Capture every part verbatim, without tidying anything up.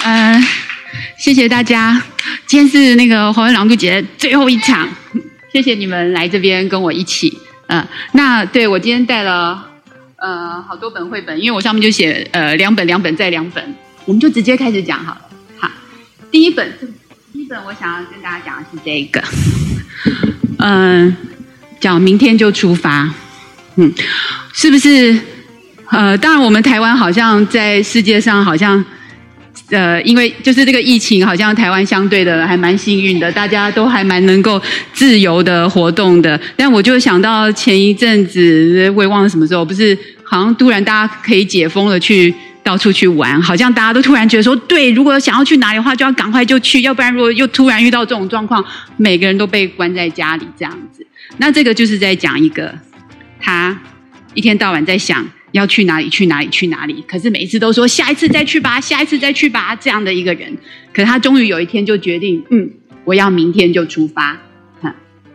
呃，谢谢大家。今天是那个华文朗读节最后一场，谢谢你们来这边跟我一起。呃，那对我今天带了呃好多本绘本，因为我上面就写呃两本两本再两本，我们就直接开始讲好了。好，第一本，第一本我想要跟大家讲的是这个，嗯、呃，叫明天就出发。嗯，是不是？呃，当然我们台湾好像在世界上好像。呃，因为就是这个疫情，好像台湾相对的还蛮幸运的，大家都还蛮能够自由的活动的。但我就想到前一阵子，我也忘了什么时候，不是好像突然大家可以解封了，去到处去玩，好像大家都突然觉得说，对，如果想要去哪里的话，就要赶快就去，要不然如果又突然遇到这种状况，每个人都被关在家里这样子。那这个就是在讲一个他一天到晚在想。要去哪里去哪里去哪里，可是每一次都说下一次再去吧，下一次再去吧，这样的一个人。可是他终于有一天就决定，嗯，我要明天就出发。好，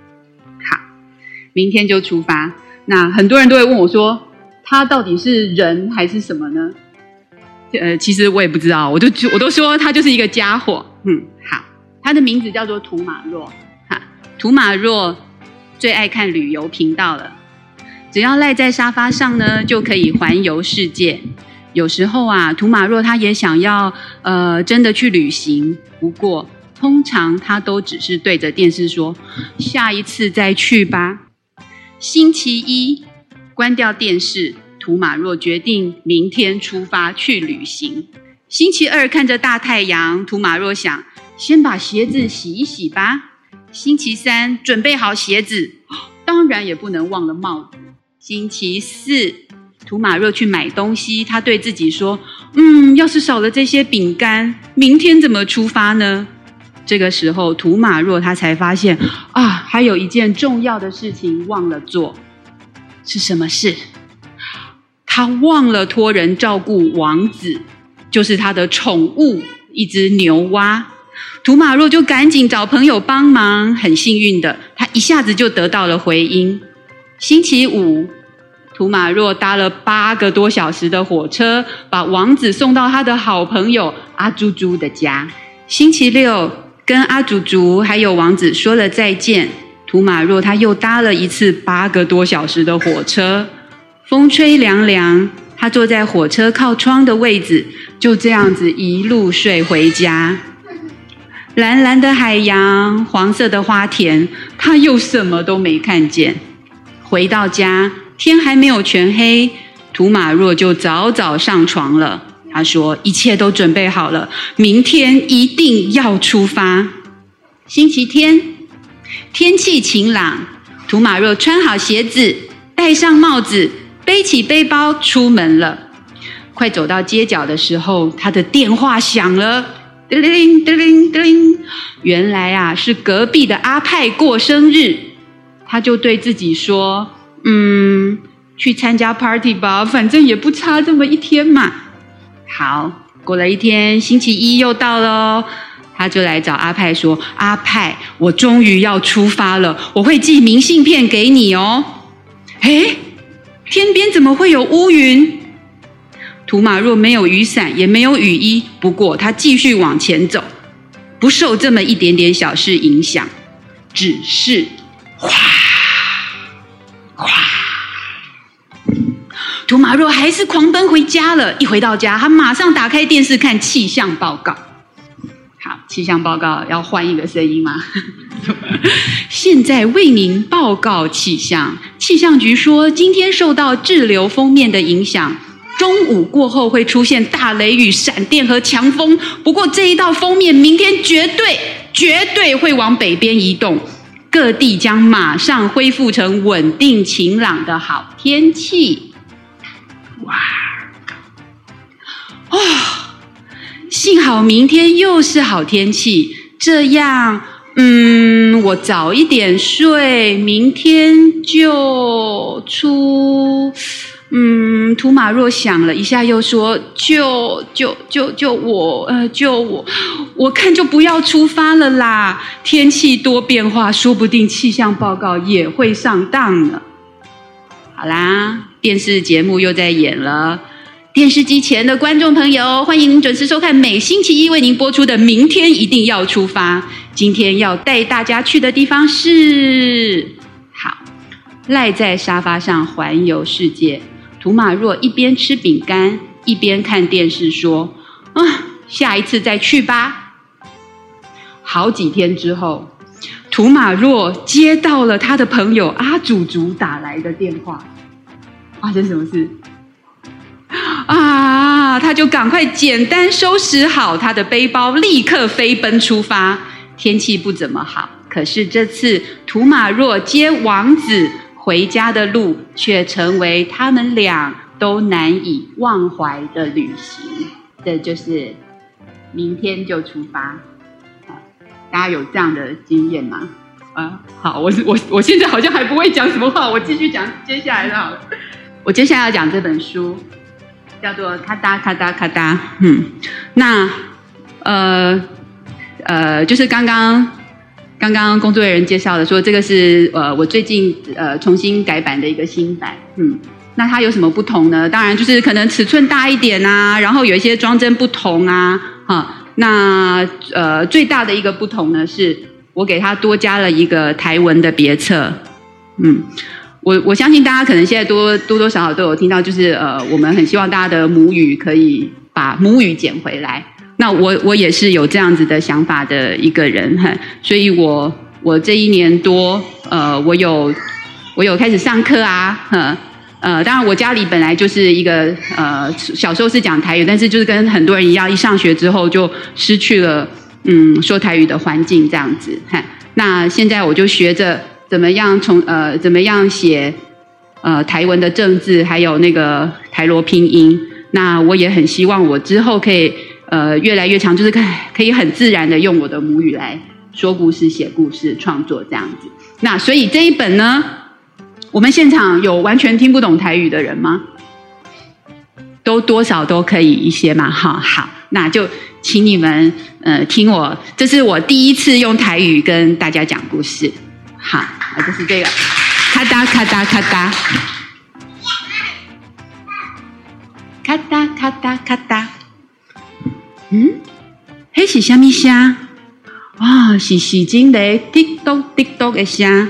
明天就出发。那很多人都会问我说，他到底是人还是什么呢？呃，其实我也不知道，我都我都说他就是一个家伙。嗯，好，他的名字叫做图马若。哈，图马若最爱看旅游频道了。只要赖在沙发上呢，就可以环游世界。有时候啊，图马若他也想要呃真的去旅行，不过通常他都只是对着电视说下一次再去吧。星期一关掉电视，图马若决定明天出发去旅行。星期二看着大太阳，图马若想先把鞋子洗一洗吧。星期三准备好鞋子，当然也不能忘了帽子。星期四，图马若去买东西，他对自己说：“嗯，要是少了这些饼干，明天怎么出发呢？”这个时候，图马若他才发现啊，还有一件重要的事情忘了做。是什么事？他忘了托人照顾王子，就是他的宠物，一只牛蛙。图马若就赶紧找朋友帮忙，很幸运的，他一下子就得到了回音。星期五，图马若搭了八个多小时的火车，把王子送到他的好朋友阿猪猪的家。星期六，跟阿猪猪还有王子说了再见，图马若他又搭了一次八个多小时的火车。风吹凉凉，他坐在火车靠窗的位置，就这样子一路睡回家。蓝蓝的海洋，黄色的花田，他又什么都没看见。回到家，天还没有全黑，图马若就早早上床了。他说一切都准备好了，明天一定要出发。星期天，天气晴朗，图马若穿好鞋子，戴上帽子，背起背包出门了。快走到街角的时候，他的电话响了，叮铃叮铃叮铃，原来啊是隔壁的阿派过生日。他就对自己说，嗯，去参加 party 吧，反正也不差这么一天嘛。好，过了一天，星期一又到了，他就来找阿派说，阿派，我终于要出发了，我会寄明信片给你哦。诶，天边怎么会有乌云？图马若没有雨伞，也没有雨衣，不过他继续往前走，不受这么一点点小事影响，只是哗哗，图马若还是狂奔回家了。一回到家，他马上打开电视看气象报告。好，气象报告要换一个声音吗？现在为您报告气象。气象局说，今天受到滞留锋面的影响，中午过后会出现大雷雨、闪电和强风。不过这一道锋面明天绝对绝对会往北边移动。各地将马上恢复成稳定晴朗的好天气。哇！哦，幸好明天又是好天气，这样，嗯，我早一点睡，明天就出。嗯，图马若想了一下，又说：“就就就就我，呃，就我，我看就不要出发了啦。天气多变化，说不定气象报告也会上当呢。”好啦，电视节目又在演了。 电视机前的观众朋友，欢迎您准时收看每星期一为您播出的《明天一定要出发》。今天要带大家去的地方是……好，赖在沙发上环游世界。图马若一边吃饼干，一边看电视说：“啊，下一次再去吧。”好几天之后，图马若接到了他的朋友阿祖祖打来的电话。发生什么事？啊！他就赶快简单收拾好他的背包，立刻飞奔出发。天气不怎么好，可是这次图马若接王子回家的路，却成为他们俩都难以忘怀的旅行。这就是明天就出发。大家有这样的经验吗？啊，好，我我我现在好像还不会讲什么话，我继续讲接下来的好了。我接下来要讲这本书。叫做咔哒咔哒咔哒，嗯，那呃呃，就是刚刚刚刚工作人员介绍的说，这个是呃我最近呃重新改版的一个新版，嗯，那它有什么不同呢？当然就是可能尺寸大一点啊，然后有一些装帧不同啊，哈，那呃最大的一个不同呢，是我给它多加了一个台文的别册，嗯。我我相信大家可能现在多多多少少都有听到，就是呃，我们很希望大家的母语可以把母语捡回来。那我我也是有这样子的想法的一个人哈，所以我我这一年多呃，我有我有开始上课啊，呃呃，当然我家里本来就是一个呃小时候是讲台语，但是就是跟很多人一样，一上学之后就失去了嗯说台语的环境这样子哈。那现在我就学着。怎么样从呃怎么样写呃台文的正字，还有那个台罗拼音？那我也很希望我之后可以呃越来越强，就是可可以很自然的用我的母语来说故事、写故事、创作这样子。那所以这一本呢，我们现场有完全听不懂台语的人吗？都多少都可以一些嘛，哈，好，那就请你们呃听我，这是我第一次用台语跟大家讲故事。好，就是这个，咔哒咔哒咔哒，咔哒咔哒咔哒。嗯，那是什么声？哦，是时钟的滴咚滴咚的声。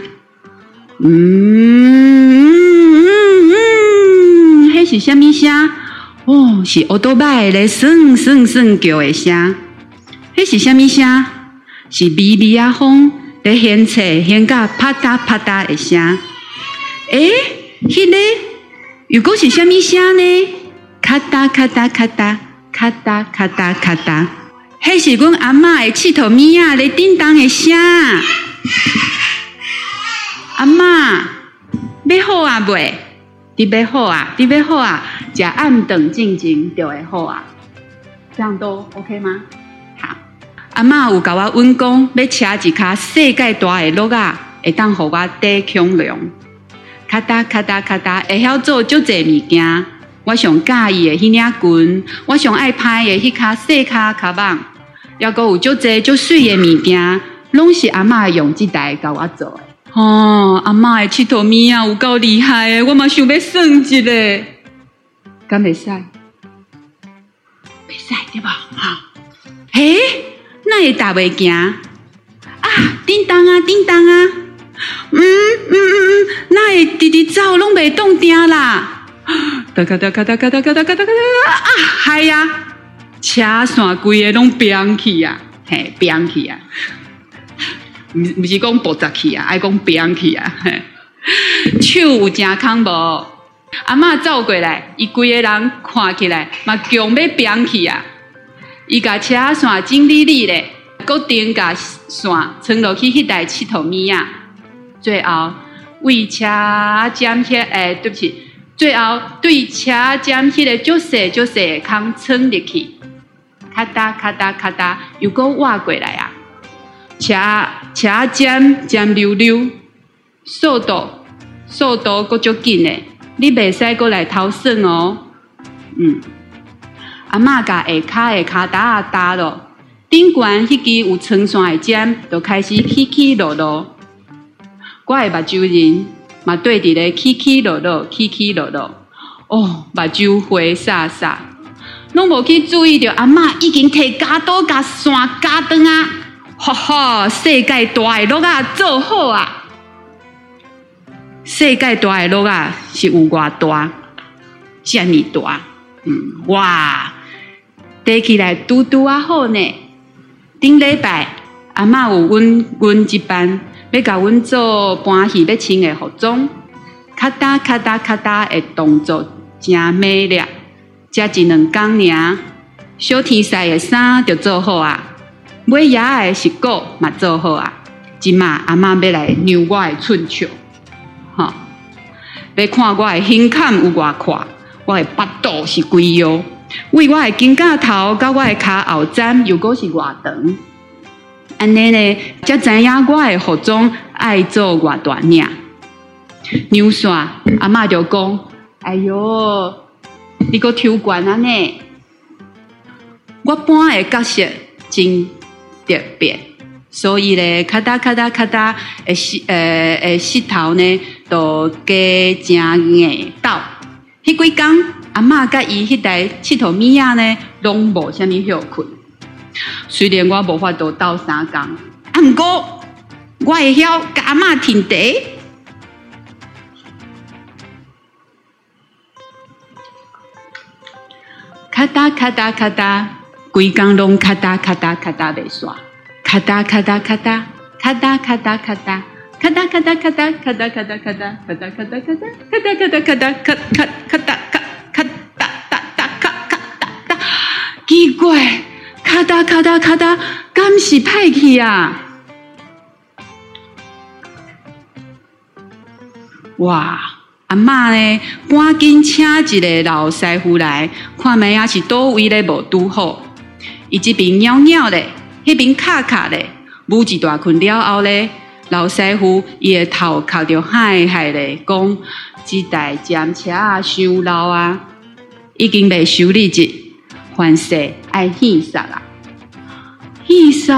嗯嗯嗯，那是什么声？哦，是奥多拜咧旋旋旋叫的声。那是什么声？是微微啊风。咧掀册掀到啪嗒啪嗒的声，诶，迄个又果是什么声呢？咔嗒咔嗒咔嗒咔嗒咔嗒咔嗒，迄是阮阿嬷的佚佗物仔咧叮当的声。阿嬷，要好啊袂？你要好啊？你要好啊？食暗顿静静就会好啊？这样都 OK 吗？阿嬷有甲我阮讲，要车一卡世界大的鹿啊，会当互我抵恐龙。咔嗒咔嗒咔嗒，会晓做足侪物件。我上喜意的迄领裙，我上爱拍的迄卡细卡卡棒，还阁有足侪足水的物件，拢是阿嬷用这台甲我做的。哦，阿嬷的佚佗物啊，有够厉害的，我嘛想要算一个，敢袂使？袂使对吧？哈，嘿。那会踏袂行啊？叮当啊，叮当啊！嗯嗯嗯嗯，那会直直走，拢袂动定啦！哒哒哒哒哒哒哒哒哒哒哒啊！嗨呀，车线规个拢飙起啊！嘿，飙起啊！唔唔是讲爆炸起啊，爱讲飙起啊！手有正空无？阿嬷走过来，伊规个人看起来嘛强要飙起啊！伊甲车线整理理咧，搁顶甲线穿落去迄台佚佗物仔，最后为车尖迄诶，对不起，最后对车尖迄个足细足细的空穿入去，咔嗒咔嗒咔嗒，又搁挖过来啊！车车尖尖溜溜，速度速度搁足紧诶，你袂使搁来偷算哦，嗯。阿嬷甲下骹的骹踏啊踏咯，顶悬迄支有撑线的尖，就开始起起落落。我的目睭人嘛对伫咧起起落落，起起落落。 哦，目睭灰洒洒，拢无去注意到阿嬷已经摕加刀甲山加断啊！哈哈，世界大的落啊，做好啊！世界大的落啊，是有偌大，遮尔大，嗯，哇，爬起来拄拄啊好呢。顶礼拜阿嬷有阮阮一班要甲阮做搬戏要穿的服装，咔嗒咔嗒咔嗒的动作真美丽，才一两工尔，小天使的衫就做好啊，尾爷的饰鼓嘛做好啊，即马阿嬷要来量我的寸尺，吼，要看我的胸坎有偌宽，我的腹肚是几腰。为我的肩胛头甲我的骹后枕又阁是偌长，安尼呢，才知影我的服装爱做偌大领。牛线阿嬷就讲：“哎哟，你阁抽悬啊呢！”我搬的角色真特别，所以咧，咔嗒咔嗒咔嗒的膝呃的膝头呢，都加真硬斗。迄几工。阿嬷甲伊迄台佚佗米仔呢，拢无啥物休困。虽然我无法度斗三工，啊，毋过我会晓甲阿嬷挺茶。咔嗒咔嗒咔嗒，规工拢咔嗒咔嗒咔嗒袂煞，咔嗒咔嗒咔嗒，咔嗒咔嗒咔嗒。咔嗒咔嗒咔嗒咔嗒咔嗒咔嗒咔嗒咔嗒咔嗒咔嗒咔嗒咔嗒咔嗒咔咔咔嗒咔。咔哒哒哒咔咔哒哒，奇怪，咔哒咔哒咔哒，敢是歹去啊！哇，阿嬷呢，赶紧请一个老师傅来，看卖啊是倒位咧无拄好。伊这边袅袅咧，迄边卡卡咧，舞一大群了后咧，老师傅伊的头壳着嗨嗨咧，讲。这台尖车啊，伤老啊，已经被修理一，凡事爱戏煞啦。戏煞，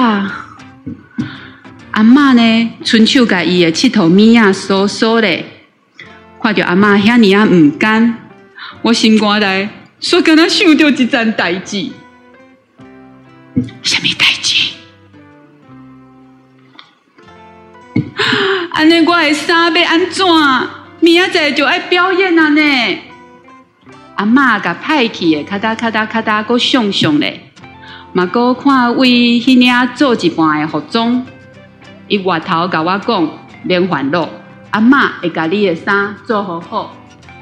阿嬷呢，伸手甲伊的佚佗米仔扫扫咧，看着阿嬷遐尼啊毋甘，我心肝内煞敢若想到一件代志，什么代志？安尼我的衫要安怎？明仔载就爱表演啊呢！阿嬷甲派去的，咔嗒咔嗒咔嗒，搁上上咧，嘛搁看为迄领做一半的服装。伊外头甲我讲，免烦恼，阿嬷会甲你的衫做好好。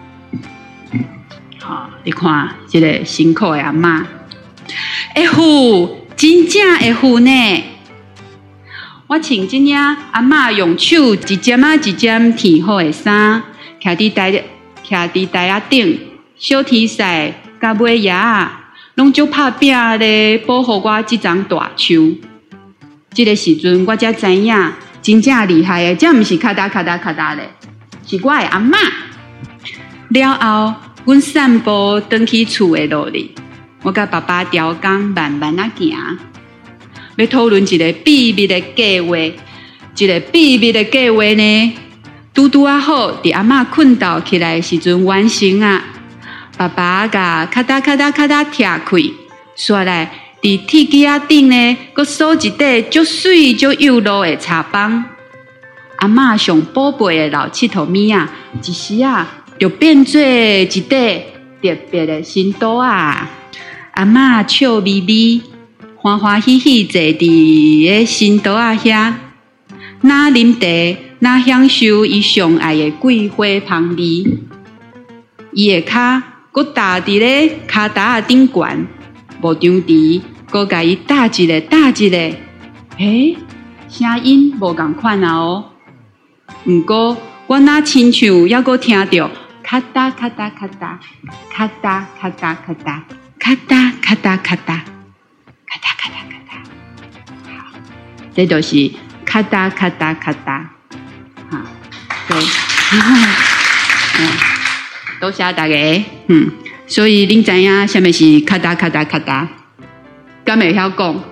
好，你看这个辛苦的阿嬷，会付，真正会付呢。我穿这领阿嬷用手一针啊一针填好的衫。徛伫台，徛伫台啊顶，小天使甲尾爷啊，拢足拍拼咧，保护我即张大手。即个时阵，我才知影，真正厉害的，这毋是咔嗒咔嗒咔嗒咧，是我的阿嬷。了后，阮散步返去厝的路里，我甲爸爸调工慢慢啊行，要讨论一个秘密的计划，一个秘密的计划呢。拄拄啊好，伫阿嬷困倒起来的时阵完成啊！爸爸甲咔嗒咔嗒咔嗒拆开，煞来伫铁机仔顶呢，佮锁一块足水足幼露的茶棒。阿嬷上宝贝的老佚佗米啊，一时啊就变做一块特别的新刀啊！阿嬷笑眯眯，欢欢喜喜坐伫个新刀啊遐，哪啉茶。那享受伊上爱的桂花香味，伊的脚搁踏伫咧骹踏仔顶悬，无张持，搁甲伊搭一个搭一个，诶，声音无共款啊哦。毋过我那亲像还搁听到咔嗒咔嗒咔嗒，咔嗒咔嗒咔嗒，咔嗒咔嗒咔嗒，咔嗒咔嗒咔嗒。好，这就是咔嗒咔嗒咔嗒。啊，对，嗯，多谢大家，嗯，所以恁知影什么是咔嗒咔嗒咔嗒？敢会晓讲？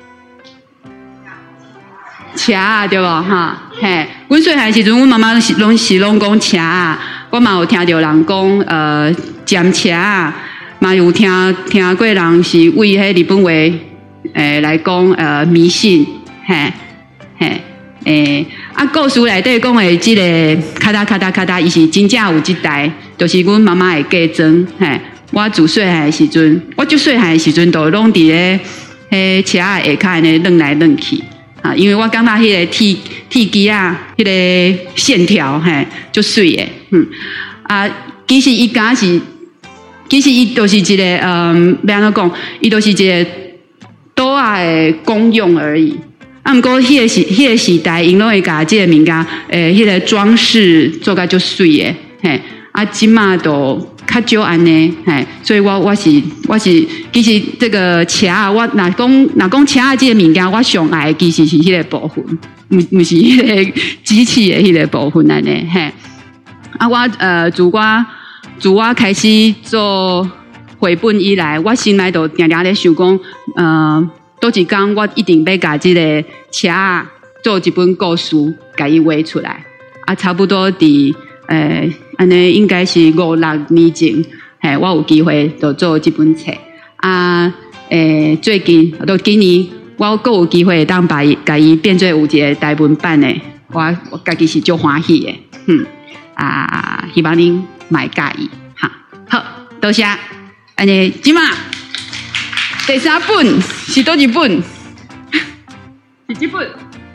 车啊，对无哈？嘿，阮细汉时阵，阮妈妈是拢是拢讲车啊，我嘛有听到人讲，呃， 尖车啊，嘛有听听过人是为迄日本话诶来讲呃迷信，嘿嘿诶啊故事内底讲的即、这个咔嗒咔嗒咔嗒，伊是真正有即代，就是阮妈妈的嫁妆，嘿，我自细汉的时阵，我就细汉的时阵都拢伫咧迄车下骹安尼转来转去。啊，因为我感觉迄个铁铁机啊，迄、那个线条嘿，就水的，嗯啊，其实伊敢是，其实伊都是一个嗯，要安怎讲，伊都是一个刀仔的功用而已。啊，毋过迄个时，迄、那个时代，因拢会甲即个物件，诶，迄、那个装饰做甲足水的，嘿，啊，即马都较少安尼，嘿，所以我我是我是其实这个车啊，我若讲若讲车啊，这个物件，我上爱其实是迄个部分，毋毋是迄个机器的迄个部分安尼，嘿。啊，我呃，自我自我开始做绘本以来，我心内都定定咧想讲，呃，倒一天我一定要甲这个车啊做一本故事，甲伊画出来，啊，差不多伫。诶，安尼应该是五六年前，嘿，我有机会就做这本册啊。诶，最近到今年，我阁有机会当把伊甲伊变做有一个台文版的，我我家己是足欢喜的，嗯啊，希望恁买介意哈。好，多谢。安尼，即马第三本是倒一本？是这本？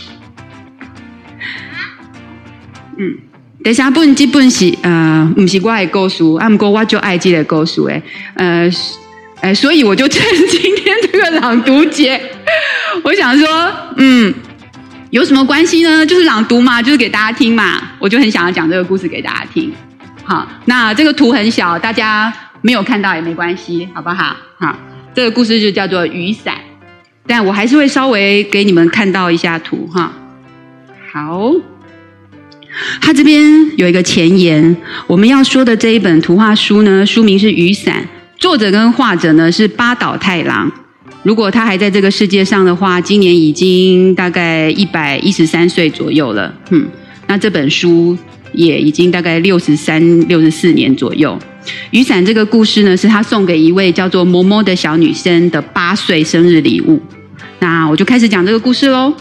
嗯。第三本这本是呃，不是我的故事，啊，不过我就爱这个故事诶，呃，呃，所以我就趁今天这个朗读节，我想说，嗯，有什么关系呢？就是朗读嘛，就是给大家听嘛，我就很想要讲这个故事给大家听。好，那这个图很小，大家没有看到也没关系，好不好？好，这个故事就叫做雨伞，但我还是会稍微给你们看到一下图哈。好。它这边有一个前言，我们要说的这一本图画书呢，书名是《雨伞》，作者跟画者呢是八岛太郎。如果他还在这个世界上的话，今年已经大概一百一十三岁左右了。嗯，那这本书也已经大概六十三、六十四年左右。雨伞这个故事呢，是他送给一位叫做嬷嬷的小女生的八岁生日礼物。那我就开始讲这个故事喽。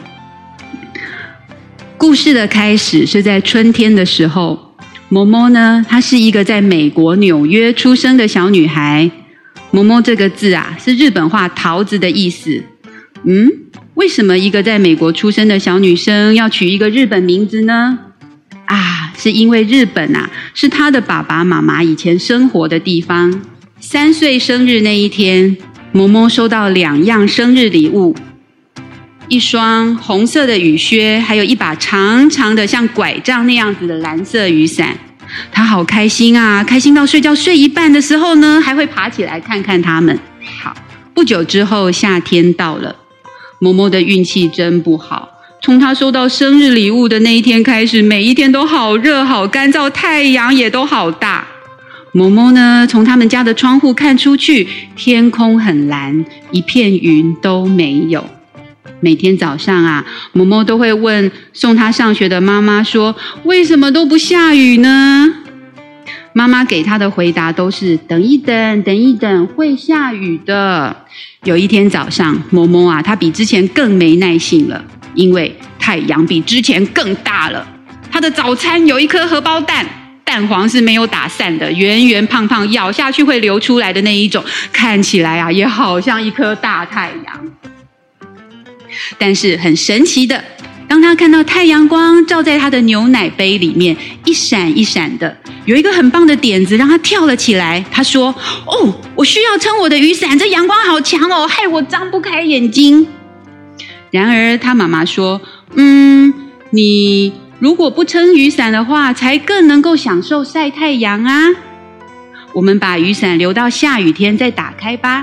故事的开始是在春天的时候，嬷嬷呢，她是一个在美国纽约出生的小女孩。嬷嬷这个字啊，是日本话桃子的意思。嗯，为什么一个在美国出生的小女生要取一个日本名字呢？啊，是因为日本啊，是她的爸爸妈妈以前生活的地方。三岁生日那一天，嬷嬷收到两样生日礼物。一双红色的雨靴，还有一把长长的像拐杖那样子的蓝色雨伞。他好开心啊，开心到睡觉睡一半的时候呢，还会爬起来看看他们。好，不久之后夏天到了，嬷嬷的运气真不好。从她收到生日礼物的那一天开始，每一天都好热好干燥，太阳也都好大。嬷嬷呢，从他们家的窗户看出去，天空很蓝，一片云都没有。每天早上啊，嬷嬷都会问送她上学的妈妈说，为什么都不下雨呢？妈妈给她的回答都是等一等，等一等，会下雨的。有一天早上，嬷嬷啊，她比之前更没耐性了，因为太阳比之前更大了。她的早餐有一颗荷包蛋，蛋黄是没有打散的，圆圆胖胖，咬下去会流出来的那一种，看起来啊，也好像一颗大太阳。但是很神奇的，当他看到太阳光照在他的牛奶杯里面，一闪一闪的，有一个很棒的点子让他跳了起来。他说，哦，我需要撑我的雨伞，这阳光好强哦，害我张不开眼睛。然而他妈妈说，嗯，你如果不撑雨伞的话，才更能够享受晒太阳啊。我们把雨伞留到下雨天再打开吧。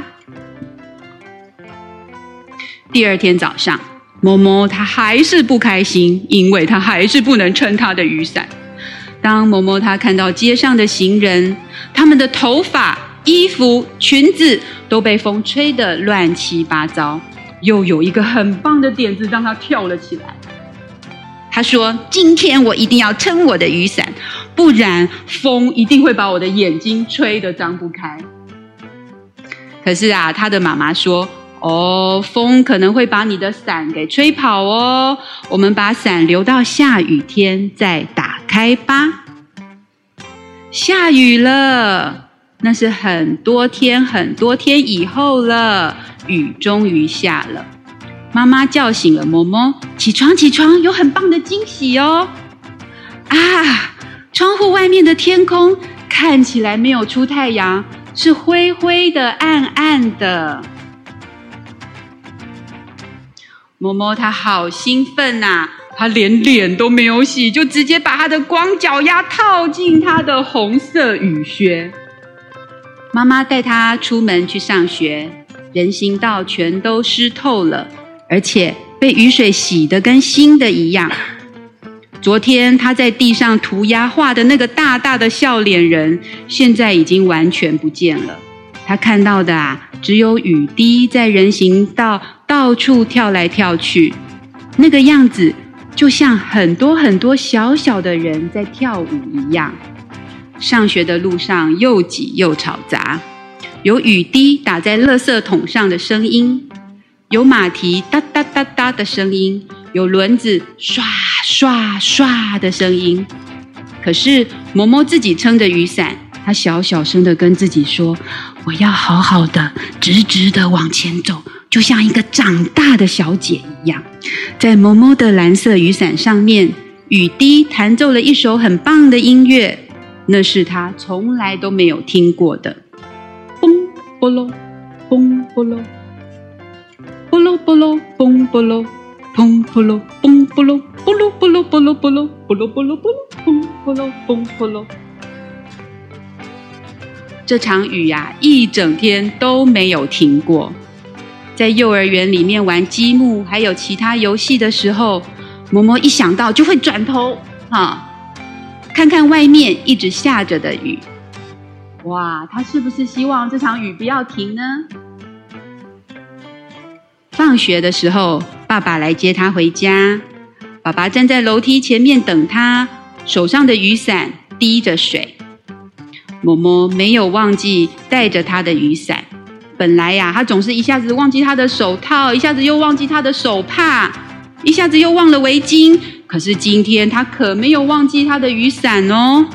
第二天早上，嬷嬷她还是不开心，因为她还是不能撑她的雨伞。当嬷嬷她看到街上的行人，他们的头发、衣服、裙子都被风吹得乱七八糟，又有一个很棒的点子让她跳了起来。 他说：“今天我一定要撑我的雨伞，不然风一定会把我的眼睛吹得张不开。”可是啊，他的妈妈说：“哦，风可能会把你的伞给吹跑哦，我们把伞留到下雨天再打开吧。”下雨了，那是很多天很多天以后了，雨终于下了。妈妈叫醒了嬷嬷，起床起床，有很棒的惊喜哦！啊，窗户外面的天空看起来没有出太阳，是灰灰的暗暗的。嬷嬷她好兴奋啊，她连脸都没有洗，就直接把她的光脚丫套进她的红色雨靴。妈妈带她出门去上学，人行道全都湿透了，而且被雨水洗得跟新的一样。昨天她在地上涂鸦画的那个大大的笑脸人，现在已经完全不见了。她看到的啊，只有雨滴在人行道到处跳来跳去，那个样子就像很多很多小小的人在跳舞一样。上学的路上又挤又吵杂，有雨滴打在垃圾桶上的声音，有马蹄哒哒哒哒的声音，有轮子刷刷刷的声音。可是嬷嬷自己撑着雨伞，她小小声的跟自己说：“我要好好的直直的往前走，就像一个长大的小姐一样。”在嬷嬷的蓝色雨伞上面，雨滴弹奏了一首很棒的音乐，那是她从来都没有听过的。嘣波喽，嘣波喽，波喽波喽，嘣波喽，砰波喽，嘣波喽，波喽波喽波喽波喽，波喽波喽波喽，砰波喽，嘣波喽。这场雨呀、啊，一整天都没有停过。在幼儿园里面玩积木还有其他游戏的时候，嬷嬷一想到就会转头啊，看看外面一直下着的雨。哇，她是不是希望这场雨不要停呢？放学的时候，爸爸来接她回家。爸爸站在楼梯前面等她，手上的雨伞滴着水。嬷嬷没有忘记带着她的雨伞。本来呀、啊，她总是一下子忘记她的手套，一下子又忘记她的手帕，一下子又忘了围巾。可是今天她可没有忘记她的雨伞哦。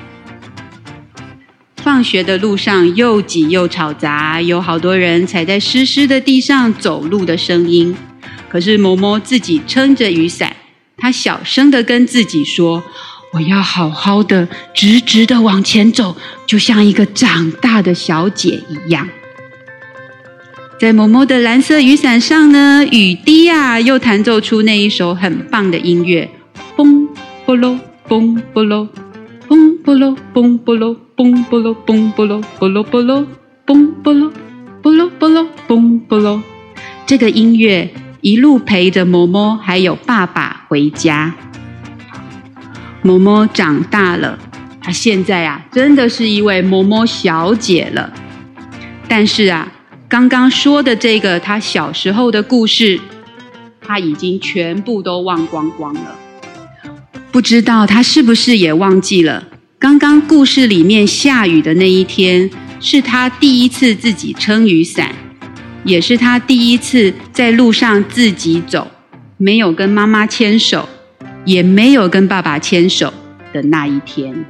放学的路上又挤又吵杂，有好多人踩在湿湿的地上走路的声音。可是嬷嬷自己撑着雨伞，她小声地跟自己说：“我要好好的直直的往前走，就像一个长大的小姐一样。”在嬷嬷的蓝色雨伞上呢，雨滴啊又弹奏出那一首很棒的音乐，嘣波喽，嘣波喽，嘣波喽，嘣波喽，嘣波喽，嘣波喽，波喽波喽，嘣波喽，波喽波喽，嘣波喽。这个音乐一路陪着嬷嬷还有爸爸回家。嬷嬷长大了，她现在啊真的是一位嬷嬷小姐了。但是啊，刚刚说的这个她小时候的故事，她已经全部都忘光光了。不知道她是不是也忘记了，刚刚故事里面下雨的那一天，是她第一次自己撑雨伞，也是她第一次在路上自己走，没有跟妈妈牵手，也没有跟爸爸牵手的那一天。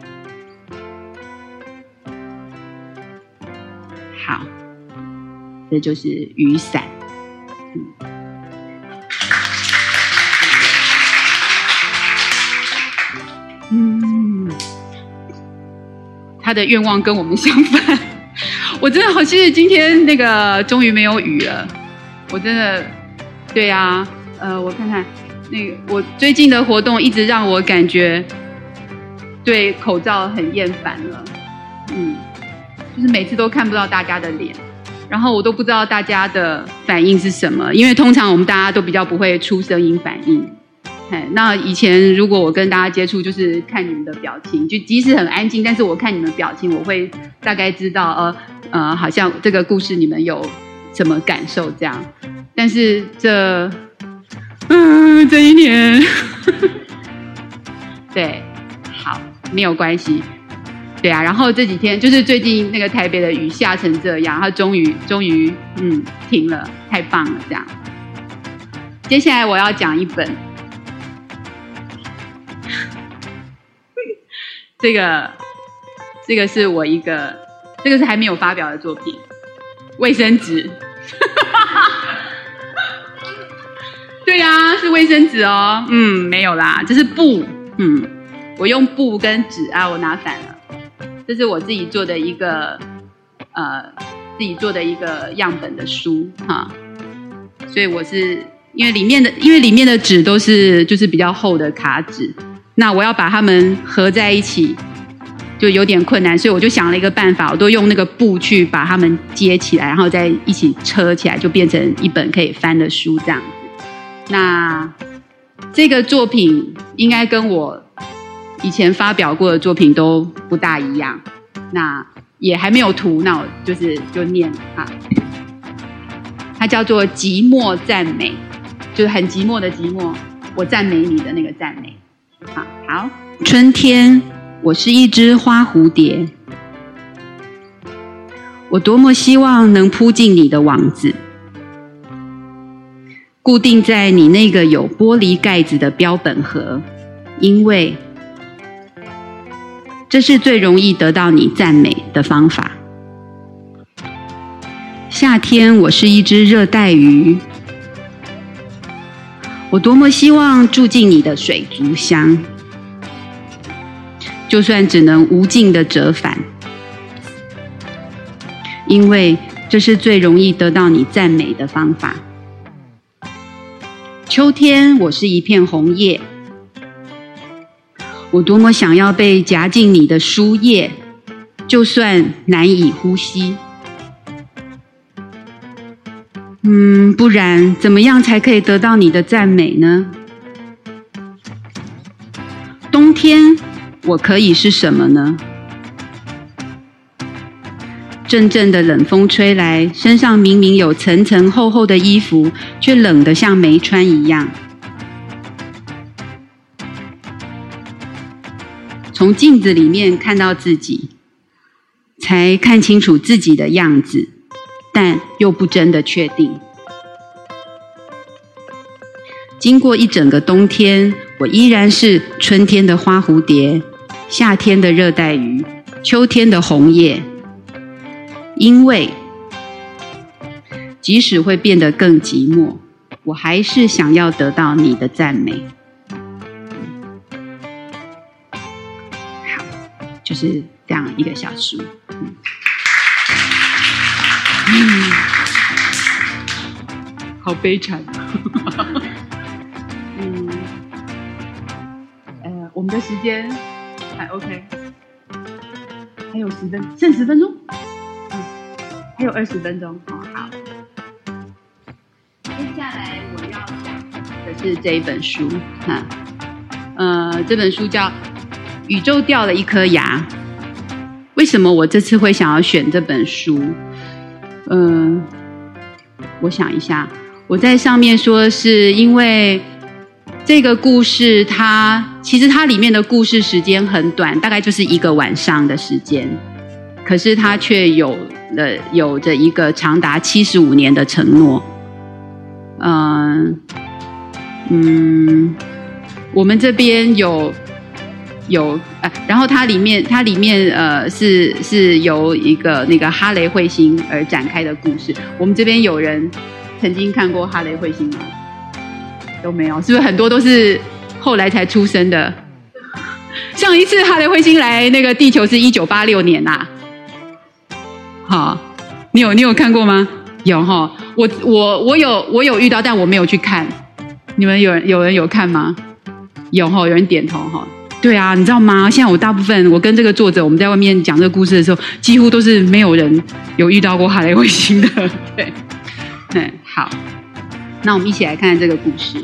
好，这就是雨伞。嗯，他的愿望跟我们相反。我真的好谢谢今天那个终于没有雨了。我真的，对啊，呃，我看看。那个，我最近的活动一直让我感觉对口罩很厌烦了，嗯，就是每次都看不到大家的脸，然后我都不知道大家的反应是什么，因为通常我们大家都比较不会出声音反应。哎，那以前如果我跟大家接触，就是看你们的表情，就即使很安静，但是我看你们表情，我会大概知道，呃呃，好像这个故事你们有什么感受这样。但是这。嗯，这一年对，好，没有关系。对啊，然后这几天就是最近那个台北的雨下成这样，它终于终于嗯停了，太棒了这样。接下来我要讲一本，这个这个是我一个，这个是还没有发表的作品，卫生纸。对啊，是卫生纸哦。嗯，没有啦，这是布。嗯，我用布跟纸啊，我拿反了。这是我自己做的一个呃，自己做的一个样本的书哈。所以我是因为里面的，因为里面的纸都是就是比较厚的卡纸，那我要把它们合在一起就有点困难，所以我就想了一个办法，我都用那个布去把它们接起来，然后再一起车起来，就变成一本可以翻的书这样子。那这个作品应该跟我以前发表过的作品都不大一样，那也还没有图，那我就是就念啊，它叫做寂寞赞美，就是很寂寞的寂寞，我赞美你的那个赞美。好，好，春天，我是一只花蝴蝶，我多么希望能扑进你的网子，固定在你那个有玻璃盖子的标本盒，因为这是最容易得到你赞美的方法。夏天，我是一只热带鱼，我多么希望住进你的水族箱，就算只能无尽的折返，因为这是最容易得到你赞美的方法。秋天，我是一片红叶，我多么想要被夹进你的书页，就算难以呼吸。嗯，不然怎么样才可以得到你的赞美呢？冬天，我可以是什么呢？阵阵的冷风吹来，身上明明有层层厚厚的衣服，却冷得像没穿一样。从镜子里面看到自己，才看清楚自己的样子，但又不真的确定。经过一整个冬天，我依然是春天的花蝴蝶，夏天的热带鱼，秋天的红叶。因为即使会变得更寂寞，我还是想要得到你的赞美。好，就是这样一个小书。嗯嗯，好悲惨。嗯，呃，我们的时间还 OK， 还有十分，剩十分钟。还有二十分钟，哦，好。接下来我要讲的是这一本书，哈，呃，这本书叫《宇宙掉了一颗牙》。为什么我这次会想要选这本书？嗯、呃，我想一下，我在上面说是因为这个故事它，其实它里面的故事时间很短，大概就是一个晚上的时间，可是它却有了有着一个长达七十五年的承诺。嗯嗯，我们这边有有呃，然后它里面它里面呃是是由一个那个哈雷彗星而展开的故事。我们这边有人曾经看过哈雷彗星吗？都没有，是不是很多都是后来才出生的？上一次哈雷彗星来那个地球是一九八六年呐、啊。好，你有你有看过吗？有哈，我我我有我有遇到，但我没有去看。你们有人有人有看吗？有哈，有人点头哈。对啊，你知道吗？现在我大部分我跟这个作者我们在外面讲这个故事的时候，几乎都是没有人有遇到过哈雷彗星的。对，对，好，那我们一起来看这个故事。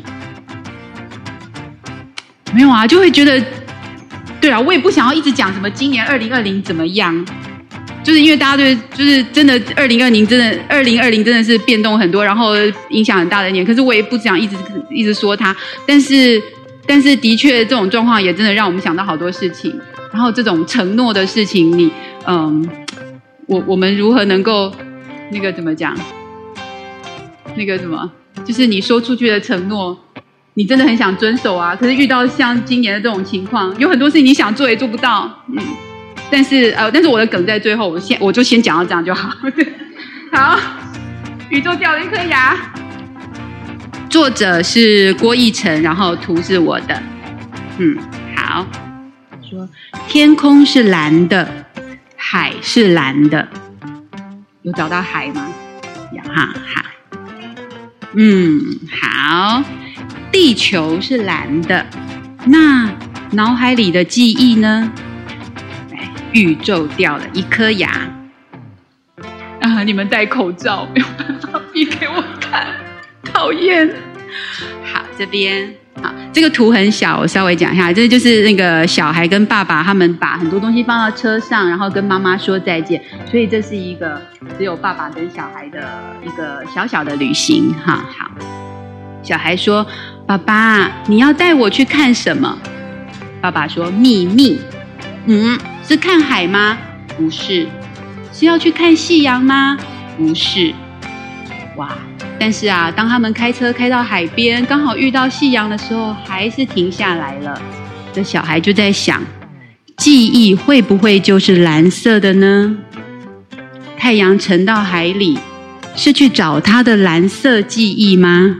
没有啊，就会觉得，对啊，我也不想要一直讲什么今年二零二零怎么样。就是因为大家对，就是真的二零二零真的二零二零真的是变动很多，然后影响很大的一年。可是我也不想一直一直说它，但是但是的确这种状况也真的让我们想到好多事情。然后这种承诺的事情，你嗯，我我们如何能够那个怎么讲？那个什么，就是你说出去的承诺，你真的很想遵守啊，可是遇到像今年的这种情况，有很多事情你想做也做不到，嗯。但是呃，但是我的梗在最后，我先我就先讲到这样就好。好，宇宙掉了一颗牙。作者是郭奕成，然后图是我的。嗯，好。说天空是蓝的，海是蓝的，有找到海吗？有哈，好。嗯，好。地球是蓝的，那脑海里的记忆呢？宇宙掉了一颗牙啊！你们戴口罩没有办法比给我看，讨厌。好，这边好，这个图很小，我稍微讲一下，这就是那个小孩跟爸爸他们把很多东西放到车上，然后跟妈妈说再见，所以这是一个只有爸爸跟小孩的一个小小的旅行哈。好，小孩说：“爸爸，你要带我去看什么？”爸爸说：“秘密。”嗯。是看海吗？不是。是要去看夕阳吗？不是。哇！但是啊，当他们开车开到海边，刚好遇到夕阳的时候，还是停下来了。这小孩就在想，记忆会不会就是蓝色的呢？太阳沉到海里，是去找他的蓝色记忆吗？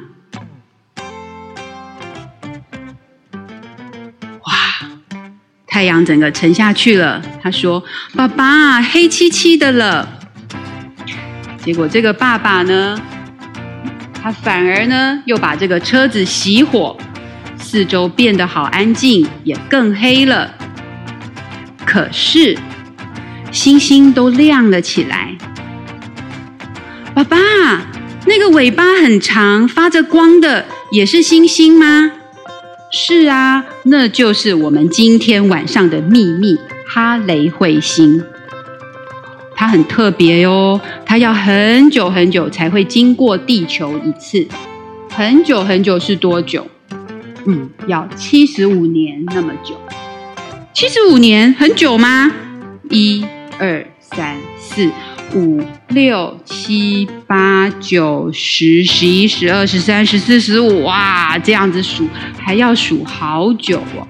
太阳整个沉下去了，他说：“爸爸，黑漆漆的了。”结果这个爸爸呢，他反而呢又把这个车子熄火，四周变得好安静，也更黑了。可是星星都亮了起来。爸爸，那个尾巴很长、发着光的，也是星星吗？是啊，那就是我们今天晚上的秘密——哈雷彗星。它很特别哦，它要很久很久才会经过地球一次。很久很久是多久？嗯，要七十五年那么久。七十五年很久吗？一、二、三、四、五、六、七、八、九、十、十一、十二、十三、十四、十五，哇，这样子数还要数好久哦。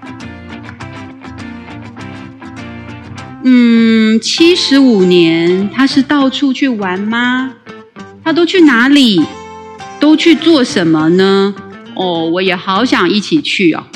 嗯，七十五年，他是到处去玩吗？他都去哪里？都去做什么呢？哦，我也好想一起去哦。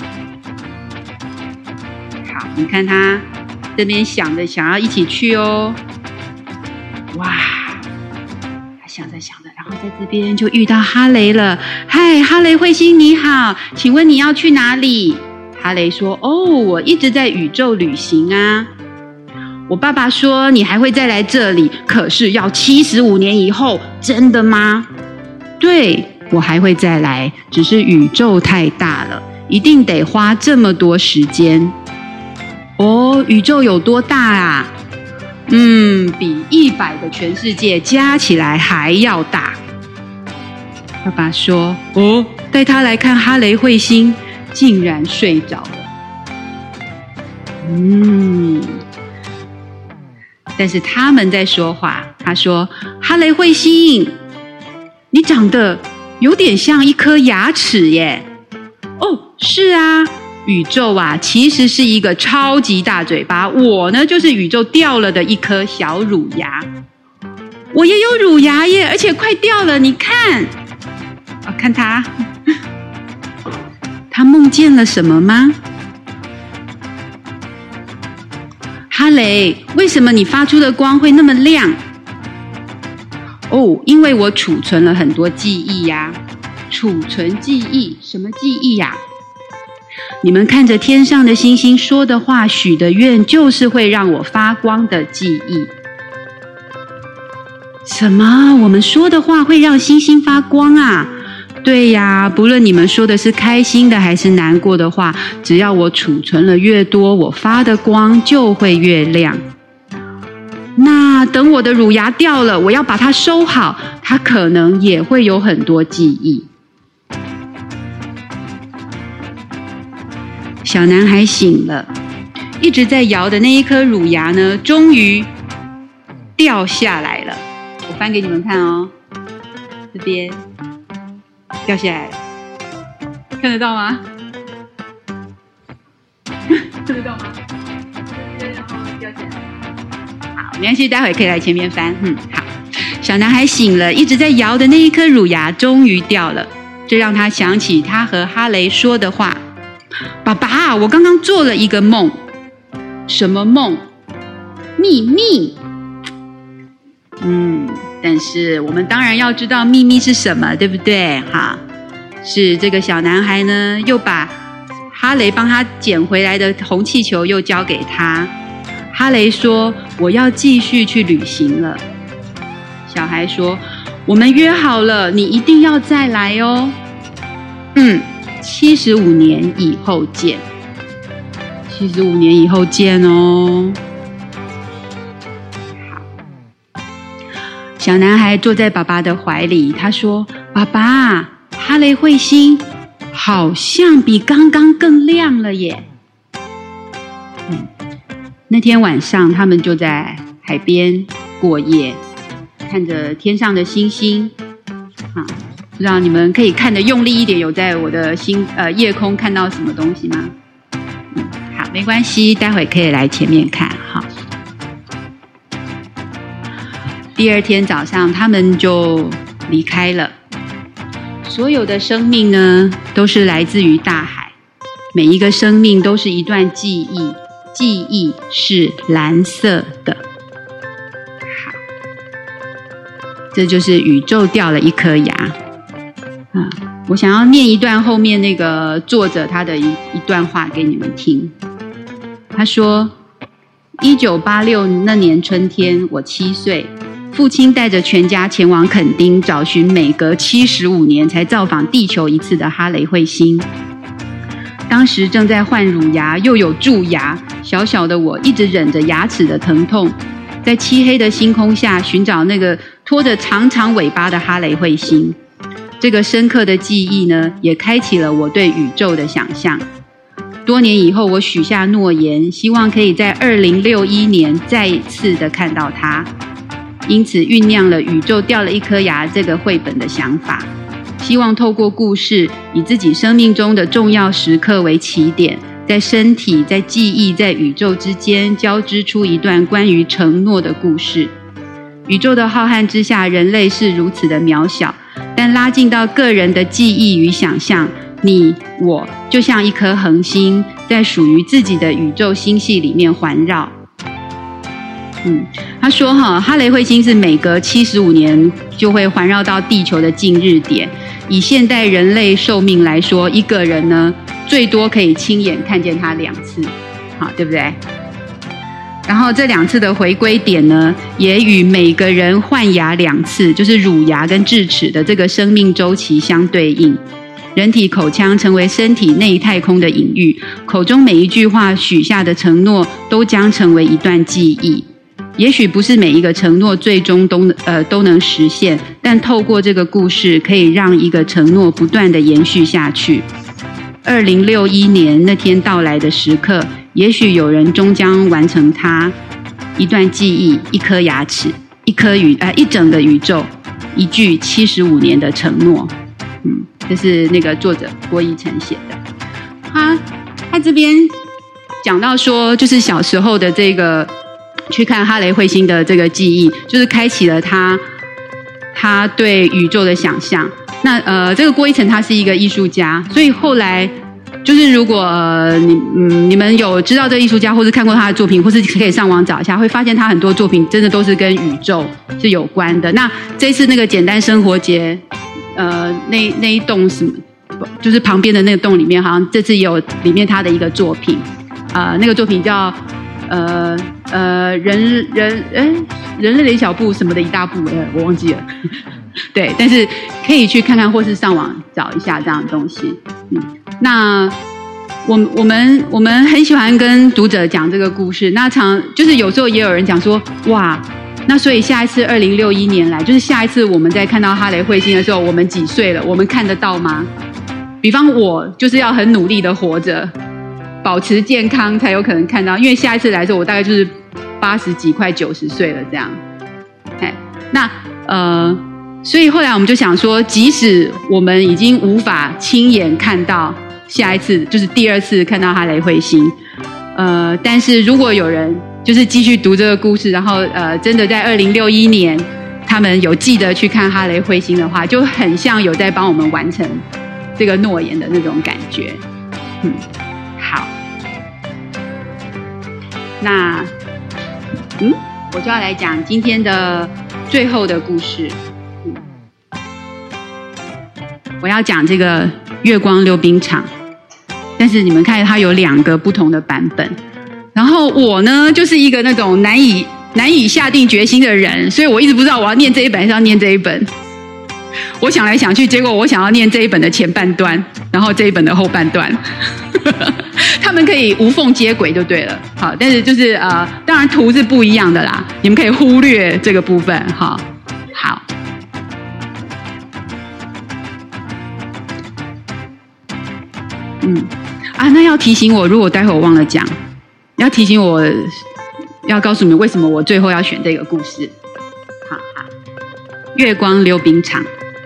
好，你看他这边想着想要一起去哦。哇，他想着想着，然后在这边就遇到哈雷了。嗨，哈雷彗星你好，请问你要去哪里？哈雷说：哦，我一直在宇宙旅行啊。我爸爸说你还会再来这里，可是要七十五年以后，真的吗？对，我还会再来，只是宇宙太大了，一定得花这么多时间。哦，宇宙有多大啊？嗯，比一百个全世界加起来还要大。爸爸说：哦，带他来看哈雷彗星，竟然睡着了。嗯，但是他们在说话。他说：哈雷彗星，你长得有点像一颗牙齿耶。哦，是啊，宇宙啊其实是一个超级大嘴巴，我呢就是宇宙掉了的一颗小乳牙。我也有乳牙耶，而且快掉了，你看。哦，看他他梦见了什么吗？哈雷，为什么你发出的光会那么亮？哦，因为我储存了很多记忆呀。储存记忆？什么记忆呀？你们看着天上的星星说的话、许的愿，就是会让我发光的记忆。什么？我们说的话会让星星发光啊？对呀，不论你们说的是开心的还是难过的话，只要我储存了越多，我发的光就会越亮。那等我的乳牙掉了，我要把它收好，它可能也会有很多记忆。 小男孩醒了，一直在摇的那一颗乳牙呢，终于掉下来了。我翻给你们看哦，这边掉下来了，看得到吗？看得到吗？然后掉下来。好，没关系，待会可以来前面翻。嗯，好。小男孩醒了，一直在摇的那一颗乳牙终于掉了，这让他想起他和哈雷说的话：“爸爸，我刚刚做了一个梦。”什么梦？秘密。嗯，但是我们当然要知道秘密是什么，对不对？哈，是这个小男孩呢，又把哈雷帮他捡回来的红气球又交给他。哈雷说：“我要继续去旅行了。”小孩说：“我们约好了，你一定要再来哦。”嗯，七十五年以后见。七十五年以后见哦。好，小男孩坐在爸爸的怀里，他说：“爸爸，哈雷彗星好像比刚刚更亮了耶。”嗯，那天晚上他们就在海边过夜，看着天上的星星。啊，不知道你们可以看得用力一点，有在我的星呃夜空看到什么东西吗？嗯，好，没关系，待会可以来前面看哈。第二天早上，他们就离开了。所有的生命呢，都是来自于大海，每一个生命都是一段记忆，记忆是蓝色的。好，这就是宇宙掉了一颗牙啊。我想要念一段后面那个作者他的一一段话给你们听。他说：一九八六那年春天，我七岁，父亲带着全家前往垦丁，找寻每隔七十五年才造访地球一次的哈雷彗星。当时正在换乳牙，又有蛀牙，小小的我一直忍着牙齿的疼痛，在漆黑的星空下寻找那个拖着长长尾巴的哈雷彗星。这个深刻的记忆呢，也开启了我对宇宙的想象。多年以后，我许下诺言，希望可以在二零六一年再一次的看到它。因此酝酿了宇宙掉了一颗牙这个绘本的想法，希望透过故事，以自己生命中的重要时刻为起点，在身体、在记忆、在宇宙之间交织出一段关于承诺的故事。宇宙的浩瀚之下，人类是如此的渺小，但拉近到个人的记忆与想象，你我就像一颗恒星，在属于自己的宇宙星系里面环绕。嗯，他说哈，哈雷彗星是每隔七十五年就会环绕到地球的近日点。以现代人类寿命来说，一个人呢最多可以亲眼看见它两次，好，对不对？然后这两次的回归点呢，也与每个人换牙两次，就是乳牙跟智齿的这个生命周期相对应。人体口腔成为身体内太空的隐喻，口中每一句话许下的承诺，都将成为一段记忆。也许不是每一个承诺最终都呃都能实现，但透过这个故事，可以让一个承诺不断的延续下去。二零六一年那天到来的时刻，也许有人终将完成它，一段记忆，一颗牙齿，一颗宇呃一整个宇宙，一句七十五年的承诺。嗯，这是那个作者郭一成写的。他他这边讲到说，就是小时候的这个。去看哈雷彗星的这个记忆，就是开启了他他对宇宙的想象。那呃，这个郭一成他是一个艺术家，所以后来就是如果、呃、你嗯你们有知道这个艺术家，或是看过他的作品，或是可以上网找一下，会发现他很多作品真的都是跟宇宙是有关的。那这次那个简单生活节，呃，那那一栋什么，就是旁边的那个洞里面，好像这次也有里面他的一个作品，呃，那个作品叫。呃呃，人人哎，人类的一小步什么的一大步，呃，我忘记了。对，但是可以去看看，或是上网找一下这样的东西。嗯，那我我们我们很喜欢跟读者讲这个故事。那常就是有时候也有人讲说，哇，那所以下一次二零六一年来，就是下一次我们在看到哈雷彗星的时候，我们几岁了？我们看得到吗？比方我就是要很努力的活着。 保持健康才有可能看到，因为下一次来的时候我大概就是八十几快九十岁了这样。哎，那呃，所以后来我们就想说，即使我们已经无法亲眼看到下一次，就是第二次看到哈雷彗星，呃，但是如果有人就是继续读这个故事，然后呃，真的在二零六一年他们有记得去看哈雷彗星的话，就很像有在帮我们完成这个诺言的那种感觉。嗯，好，那嗯，我就要来讲今天的最后的故事。嗯，我要讲这个月光溜冰场，但是你们看它有两个不同的版本。然后我呢，就是一个那种难以难以下定决心的人，所以我一直不知道我要念这一本还是要念这一本。我想来想去，结果我想要念这一本的前半段，然后这一本的后半段，他们可以无缝接轨就对了。好，但是就是呃，当然图是不一样的啦，你们可以忽略这个部分。哈，好。嗯，啊，那要提醒我，如果待会我忘了讲。要提醒我，要告诉你们为什么我最后要选这个故事。好好，月光溜冰场。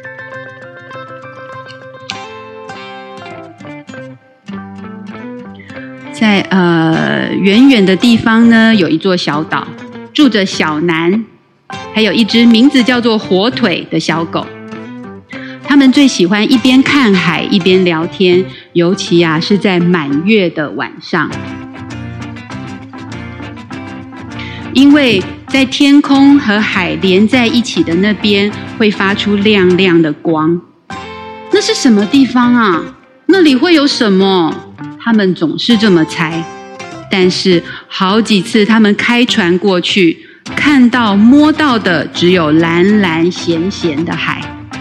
在呃远远的地方呢，有一座小岛，住着小南，还有一只名字叫做火腿的小狗。他们最喜欢一边看海一边聊天，尤其啊是在满月的晚上。因为在天空和海连在一起的那边会发出亮亮的光。那是什么地方啊？那里会有什么？他们总是这么猜。但是好几次他们开船过去，看到摸到的只有蓝蓝咸咸的海。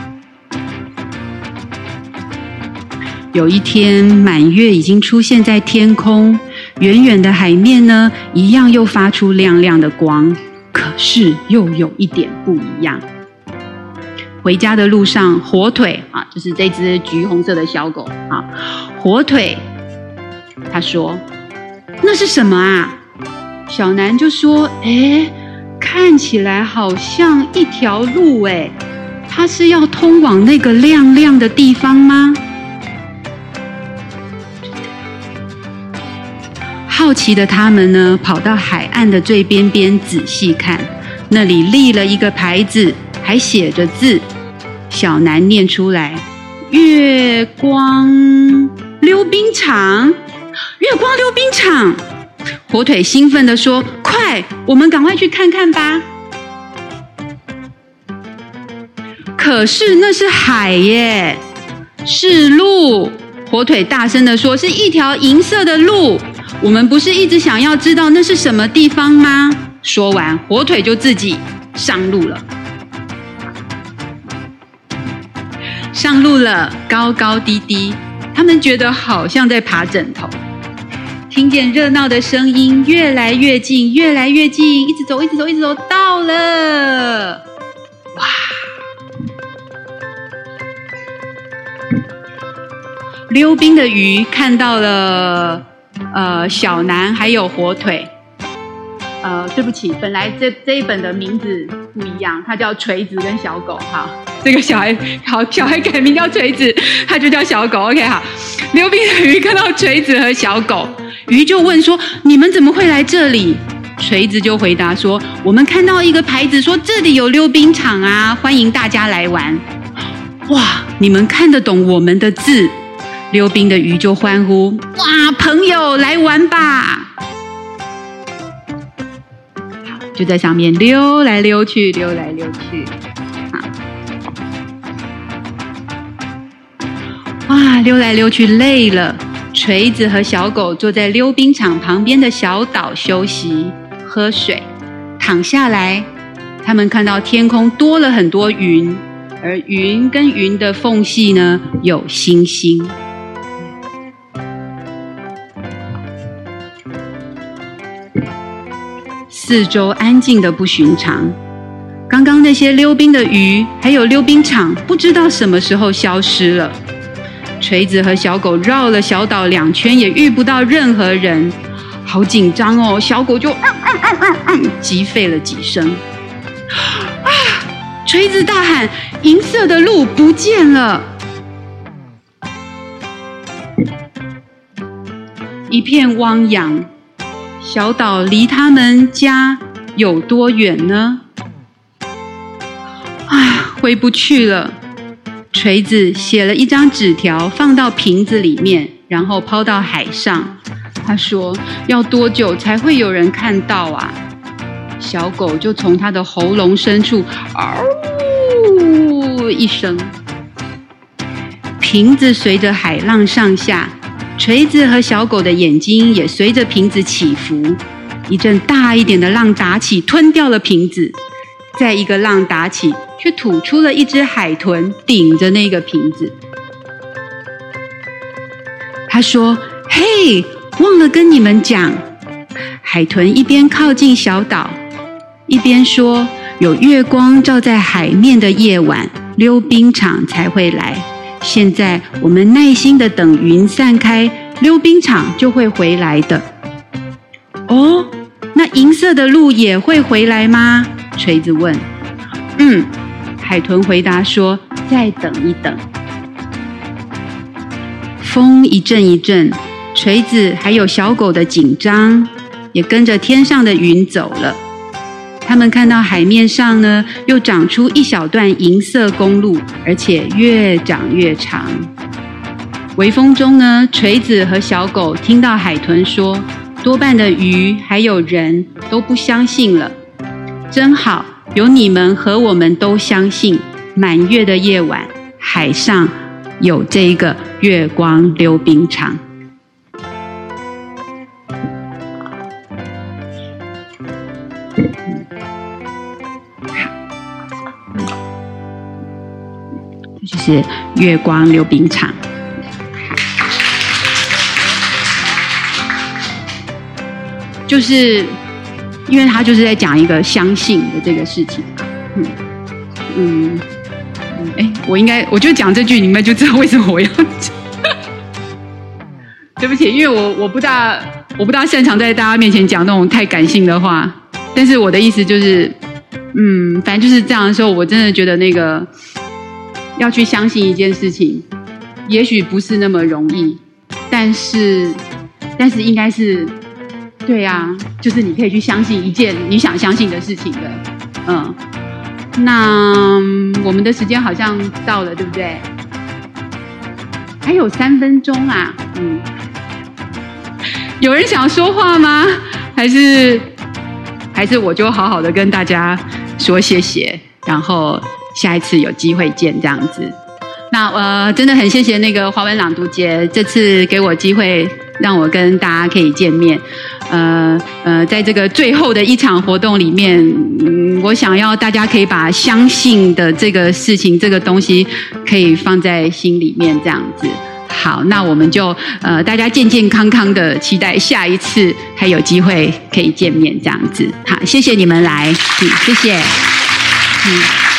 有一天满月已经出现在天空，远远的海面呢，一样又发出亮亮的光，可是又有一点不一样。回家的路上，火腿啊，就是这只橘红色的小狗啊，火腿，他说：“那是什么啊？”小南就说：“哎，看起来好像一条路哎，它是要通往那个亮亮的地方吗？”好奇的他们呢，跑到海岸的最边边仔细看，那里立了一个牌子，还写着字。小南念出来：“月光溜冰场，月光溜冰场。”火腿兴奋地说：“快，我们赶快去看看吧！”可是那是海耶，是路。火腿大声地说：“是一条银色的路。我们不是一直想要知道那是什么地方吗？”说完，火腿就自己上路了。上路了，高高低低，他们觉得好像在爬枕头。听见热闹的声音越来越近，越来越近，一直走，一直走，一直走，到了！哇！溜冰的鱼看到了。呃，小南还有火腿，呃，对不起，本来这这一本的名字不一样，它叫锤子跟小狗。好，这个小孩好，小孩改名叫锤子，它就叫小狗。OK， 好，溜冰的鱼看到锤子和小狗，鱼就问说：“你们怎么会来这里？”锤子就回答说：“我们看到一个牌子，说这里有溜冰场啊，欢迎大家来玩。”哇，你们看得懂我们的字？溜冰的鱼就欢呼：“哇，朋友，来玩吧！”好，就在上面溜来溜去，溜来溜去。好，哇，溜来溜去累了，锤子和小狗坐在溜冰场旁边的小岛休息、喝水、躺下来。他们看到天空多了很多云，而云跟云的缝隙呢，有星星。四周安静的不寻常，刚刚那些溜冰的鱼还有溜冰场不知道什么时候消失了。 锤子和小狗绕了小岛两圈，也遇不到任何人，好紧张哦！小狗就嗯嗯嗯嗯嗯急吠了几声。啊！锤子大喊：“银色的鹿不见了！”一片汪洋。小岛离他们家有多远呢？啊，回不去了。锤子写了一张纸条，放到瓶子里面，然后抛到海上。他说：“要多久才会有人看到啊？”小狗就从他的喉咙深处嗷一声，瓶子随着海浪上下，锤子和小狗的眼睛也随着瓶子起伏。一阵大一点的浪打起，吞掉了瓶子。再一个浪打起，却吐出了一只海豚，顶着那个瓶子。他说：“嘿，忘了跟你们讲。”海豚一边靠近小岛，一边说：“有月光照在海面的夜晚，溜冰场才会来。现在我们耐心的等云散开，溜冰场就会回来的。”哦，那银色的鹿也会回来吗？锤子问。嗯，海豚回答说：“再等一等。”风一阵一阵，锤子还有小狗的紧张也跟着天上的云走了。他们看到海面上呢，又长出一小段银色公路，而且越长越长。微风中呢，锤子和小狗听到海豚说，多半的鱼还有人都不相信了。真好，有你们和我们都相信，满月的夜晚，海上有这一个月光溜冰场。这就是月光溜冰场。就是因为他就是在讲一个相信的这个事情。嗯嗯哎，我应该我就讲这句，你们就知道为什么我要讲。对不起，因为我我不大我不大擅长在大家面前讲那种太感性的话，但是我的意思就是，嗯，反正就是这样的时候，我真的觉得那个要去相信一件事情，也许不是那么容易，但是但是应该是。对啊，就是你可以去相信一件你想相信的事情的。嗯，那我们的时间好像到了，对不对？还有三分钟啊。嗯，有人想说话吗？还是还是我就好好的跟大家说谢谢，然后下一次有机会见这样子。那呃，真的很谢谢那个华文朗读节这次给我机会，让我跟大家可以见面。呃呃，在这个最后的一场活动里面，嗯，我想要大家可以把相信的这个事情、这个东西，可以放在心里面，这样子。好，那我们就呃，大家健健康康的，期待下一次还有机会可以见面，这样子。好，谢谢你们来，嗯，谢谢，嗯。